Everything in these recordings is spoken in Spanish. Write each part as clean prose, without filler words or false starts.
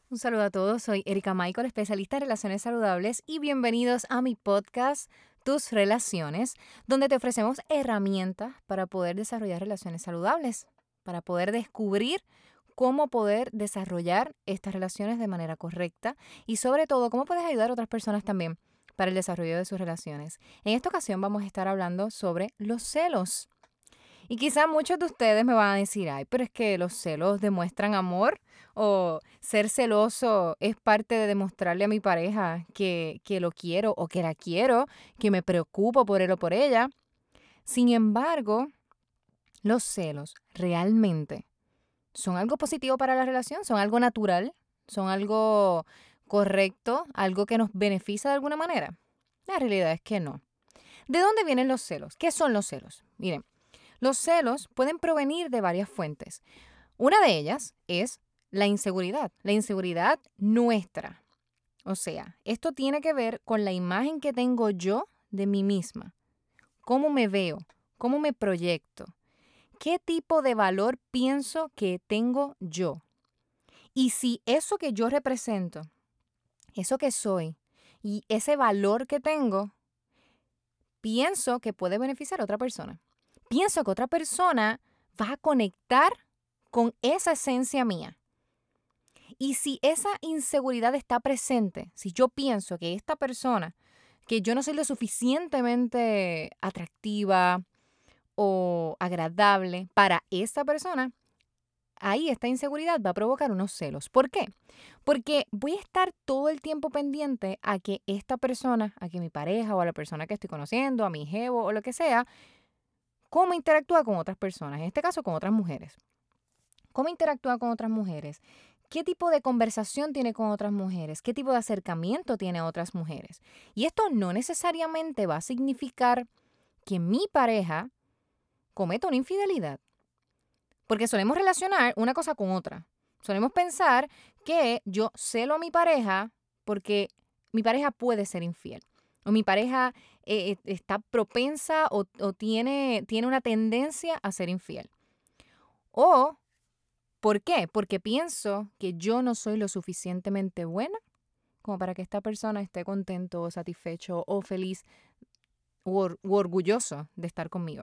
Un saludo a todos, soy Erika Michael, especialista en relaciones saludables y bienvenidos a mi podcast Tus Relaciones, donde te ofrecemos herramientas para poder desarrollar relaciones saludables, para poder descubrir cómo poder desarrollar estas relaciones de manera correcta y sobre todo cómo puedes ayudar a otras personas también para el desarrollo de sus relaciones. En esta ocasión vamos a estar hablando sobre los celos. Y quizá muchos de ustedes me van a decir, ay, pero es que los celos demuestran amor o ser celoso es parte de demostrarle a mi pareja que lo quiero o que la quiero, que me preocupo por él o por ella. Sin embargo, los celos realmente son algo positivo para la relación, son algo natural, son algo correcto, algo que nos beneficia de alguna manera. La realidad es que no. ¿De dónde vienen los celos? ¿Qué son los celos? Miren. Los celos pueden provenir de varias fuentes. Una de ellas es la inseguridad nuestra. O sea, esto tiene que ver con la imagen que tengo yo de mí misma, cómo me veo, cómo me proyecto, qué tipo de valor pienso que tengo yo. Y si eso que yo represento, eso que soy y ese valor que tengo, pienso que puede beneficiar a otra persona. Pienso que otra persona va a conectar con esa esencia mía. Y si esa inseguridad está presente, si yo pienso que esta persona, que yo no soy lo suficientemente atractiva o agradable para esta persona, ahí esta inseguridad va a provocar unos celos. ¿Por qué? Porque voy a estar todo el tiempo pendiente a que esta persona, a que mi pareja o a la persona que estoy conociendo, a mi jevo o lo que sea, cómo interactúa con otras personas, en este caso con otras mujeres. ¿Cómo interactúa con otras mujeres? ¿Qué tipo de conversación tiene con otras mujeres? ¿Qué tipo de acercamiento tiene a otras mujeres? Y esto no necesariamente va a significar que mi pareja cometa una infidelidad, porque solemos relacionar una cosa con otra. Solemos pensar que yo celo a mi pareja porque mi pareja puede ser infiel. O mi pareja está propensa o tiene una tendencia a ser infiel. O ¿por qué? Porque pienso que yo no soy lo suficientemente buena como para que esta persona esté contento o satisfecho o feliz u orgulloso de estar conmigo.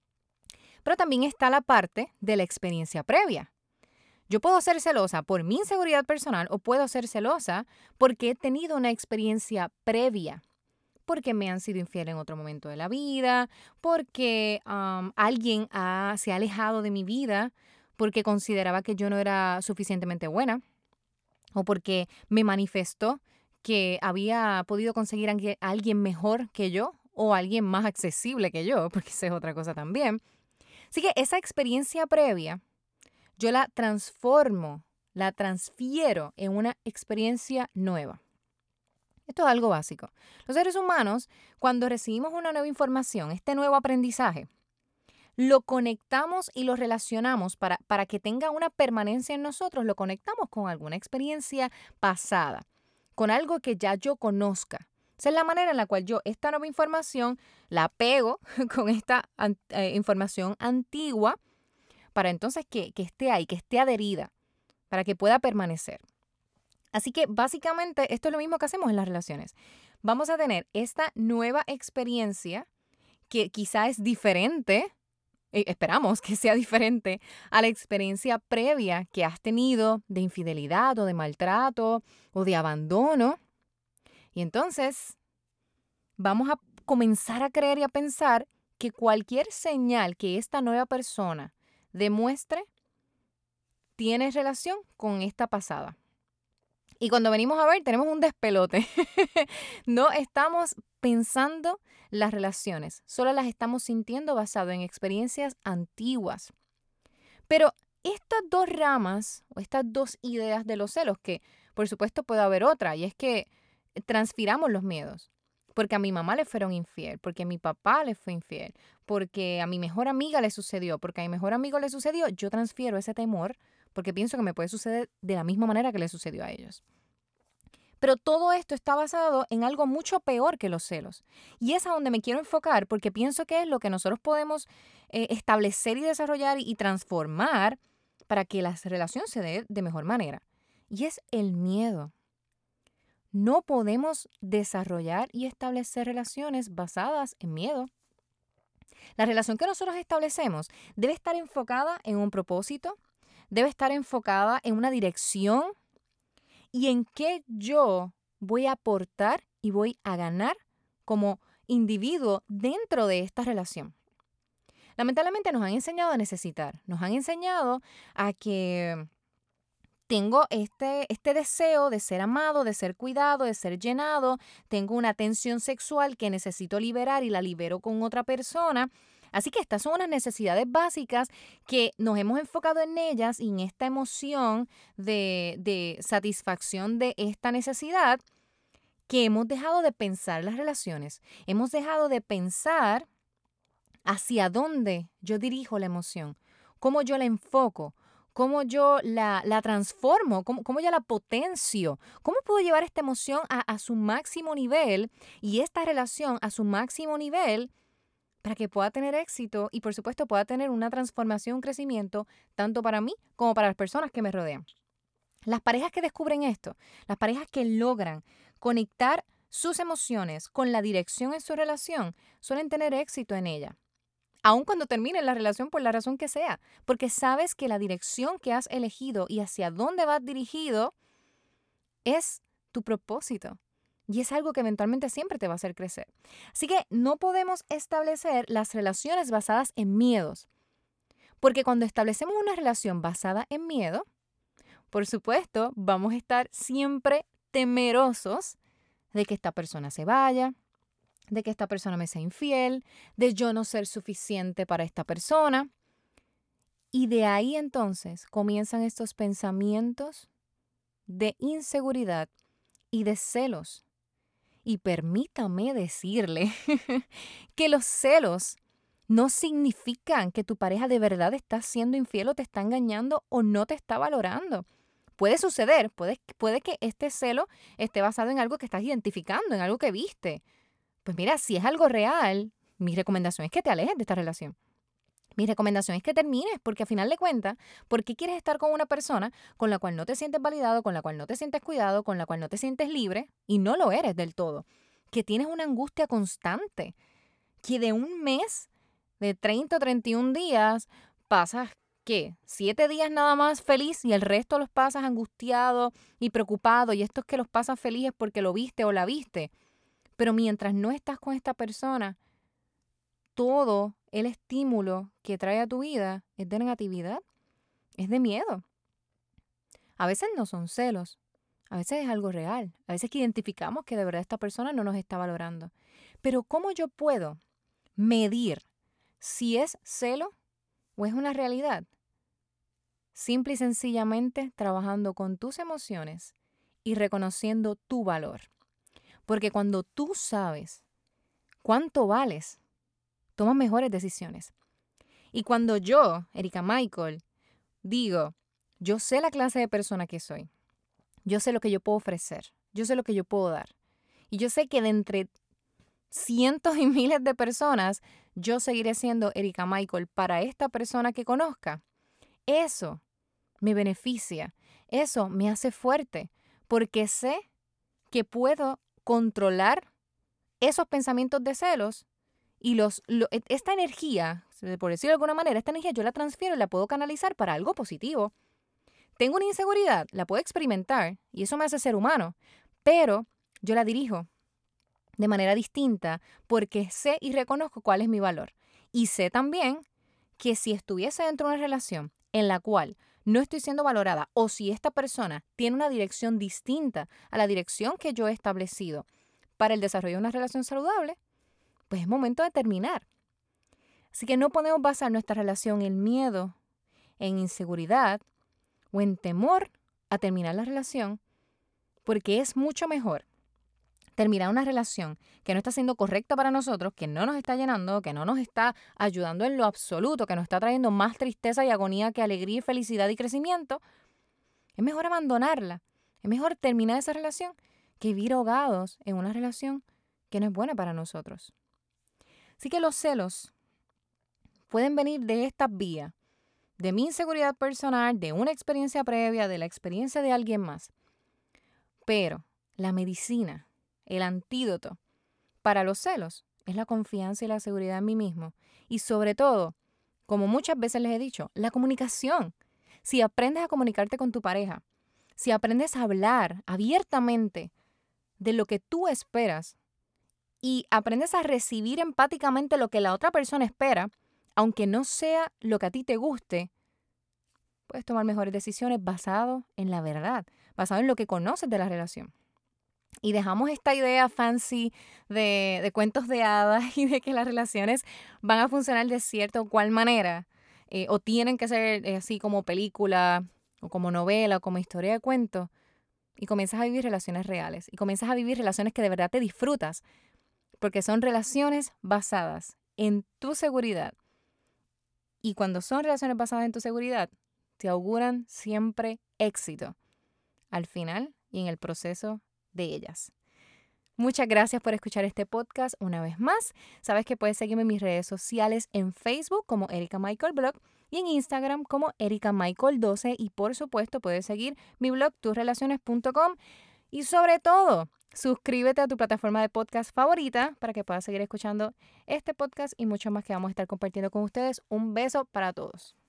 Pero también está la parte de la experiencia previa. Yo puedo ser celosa por mi inseguridad personal o puedo ser celosa porque he tenido una experiencia previa, porque me han sido infiel en otro momento de la vida, porque alguien se ha alejado de mi vida porque consideraba que yo no era suficientemente buena o porque me manifestó que había podido conseguir a alguien mejor que yo o alguien más accesible que yo, porque esa es otra cosa también. Así que esa experiencia previa yo la transformo, la transfiero en una experiencia nueva. Esto es algo básico. Los seres humanos, cuando recibimos una nueva información, este nuevo aprendizaje, lo conectamos y lo relacionamos para que tenga una permanencia en nosotros, lo conectamos con alguna experiencia pasada, con algo que ya yo conozca. Esa es la manera en la cual yo esta nueva información la pego con esta información antigua para entonces que esté ahí, que esté adherida, para que pueda permanecer. Así que básicamente esto es lo mismo que hacemos en las relaciones. Vamos a tener esta nueva experiencia que quizá es diferente, esperamos que sea diferente a la experiencia previa que has tenido de infidelidad o de maltrato o de abandono. Y entonces vamos a comenzar a creer y a pensar que cualquier señal que esta nueva persona demuestre tiene relación con esta pasada. Y cuando venimos a ver, tenemos un despelote. No estamos pensando las relaciones, solo las estamos sintiendo basado en experiencias antiguas. Pero estas dos ramas o estas dos ideas de los celos, que por supuesto puede haber otra, y es que transfiramos los miedos. Porque a mi mamá le fueron infiel, porque a mi papá le fue infiel, porque a mi mejor amiga le sucedió, porque a mi mejor amigo le sucedió, yo transfiero ese temor porque pienso que me puede suceder de la misma manera que le sucedió a ellos. Pero todo esto está basado en algo mucho peor que los celos. Y es a donde me quiero enfocar porque pienso que es lo que nosotros podemos establecer y desarrollar y transformar para que la relación se dé de mejor manera. y es el miedo. No podemos desarrollar y establecer relaciones basadas en miedo. La relación que nosotros establecemos debe estar enfocada en un propósito, debe estar enfocada en una dirección y en qué yo voy a aportar y voy a ganar como individuo dentro de esta relación. Lamentablemente nos han enseñado a necesitar, nos han enseñado a que tengo este deseo de ser amado, de ser cuidado, de ser llenado, tengo una tensión sexual que necesito liberar y la libero con otra persona. Así que estas son unas necesidades básicas que nos hemos enfocado en ellas y en esta emoción de satisfacción de esta necesidad que hemos dejado de pensar las relaciones. Hemos dejado de pensar hacia dónde yo dirijo la emoción, cómo yo la enfoco, cómo yo la transformo, cómo yo la potencio, cómo puedo llevar esta emoción a su máximo nivel y esta relación a su máximo nivel para que pueda tener éxito y por supuesto pueda tener una transformación, un crecimiento, tanto para mí como para las personas que me rodean. Las parejas que descubren esto, las parejas que logran conectar sus emociones con la dirección en su relación, suelen tener éxito en ella. Aun cuando termine la relación por la razón que sea, porque sabes que la dirección que has elegido y hacia dónde vas dirigido es tu propósito. Y es algo que eventualmente siempre te va a hacer crecer. Así que no podemos establecer las relaciones basadas en miedos. Porque cuando establecemos una relación basada en miedo, por supuesto, vamos a estar siempre temerosos de que esta persona se vaya, de que esta persona me sea infiel, de yo no ser suficiente para esta persona. Y de ahí entonces comienzan estos pensamientos de inseguridad y de celos. Y permítame decirle que los celos no significan que tu pareja de verdad está siendo infiel o te está engañando o no te está valorando. Puede suceder, puede que este celo esté basado en algo que estás identificando, en algo que viste. Pues mira, si es algo real, mi recomendación es que te alejes de esta relación. Mi recomendación es que termines, porque a final de cuentas, ¿por qué quieres estar con una persona con la cual no te sientes validado, con la cual no te sientes cuidado, con la cual no te sientes libre y no lo eres del todo? Que tienes una angustia constante, que de un mes, de 30 o 31 días, pasas, ¿qué? 7 días nada más feliz y el resto los pasas angustiado y preocupado y estos que los pasas felices porque lo viste o la viste. Pero mientras no estás con esta persona, todo el estímulo que trae a tu vida es de negatividad, es de miedo. A veces no son celos, a veces es algo real, a veces que identificamos que de verdad esta persona no nos está valorando. Pero ¿cómo yo puedo medir si es celo o es una realidad? Simple y sencillamente trabajando con tus emociones y reconociendo tu valor. Porque cuando tú sabes cuánto vales, tomas mejores decisiones. Y cuando yo, Erika Michael, digo, yo sé la clase de persona que soy, yo sé lo que yo puedo ofrecer, yo sé lo que yo puedo dar. Y yo sé que de entre cientos y miles de personas, yo seguiré siendo Erika Michael para esta persona que conozca. Eso me beneficia, eso me hace fuerte, porque sé que puedo controlar esos pensamientos de celos y esta energía, por decirlo de alguna manera, esta energía yo la transfiero y la puedo canalizar para algo positivo. Tengo una inseguridad, la puedo experimentar y eso me hace ser humano, pero yo la dirijo de manera distinta porque sé y reconozco cuál es mi valor. Y sé también que si estuviese dentro de una relación en la cual no estoy siendo valorada o si esta persona tiene una dirección distinta a la dirección que yo he establecido para el desarrollo de una relación saludable, pues es momento de terminar. Así que no podemos basar nuestra relación en miedo, en inseguridad o en temor a terminar la relación, porque es mucho mejor terminar una relación que no está siendo correcta para nosotros, que no nos está llenando, que no nos está ayudando en lo absoluto, que nos está trayendo más tristeza y agonía que alegría y felicidad y crecimiento. Es mejor abandonarla, es mejor terminar esa relación que vivir ahogados en una relación que no es buena para nosotros. Así que los celos pueden venir de estas vías, de mi inseguridad personal, de una experiencia previa, de la experiencia de alguien más. Pero la medicina, el antídoto para los celos es la confianza y la seguridad en mí mismo. Y sobre todo, como muchas veces les he dicho, la comunicación. Si aprendes a comunicarte con tu pareja, si aprendes a hablar abiertamente de lo que tú esperas y aprendes a recibir empáticamente lo que la otra persona espera, aunque no sea lo que a ti te guste, puedes tomar mejores decisiones basado en la verdad, basado en lo que conoces de la relación. Y dejamos esta idea fancy de cuentos de hadas y de que las relaciones van a funcionar de cierta o cual manera, o tienen que ser así como película, o como novela, o como historia de cuento, y comienzas a vivir relaciones reales, y comienzas a vivir relaciones que de verdad te disfrutas, porque son relaciones basadas en tu seguridad. Y cuando son relaciones basadas en tu seguridad, te auguran siempre éxito al final y en el proceso de ellas. Muchas gracias por escuchar este podcast una vez más. Sabes que puedes seguirme en mis redes sociales en Facebook como Erica Michael Blog y en Instagram como Erica Michael 12 y por supuesto puedes seguir mi blog tusrelaciones.com y sobre todo suscríbete a tu plataforma de podcast favorita para que puedas seguir escuchando este podcast y mucho más que vamos a estar compartiendo con ustedes. Un beso para todos.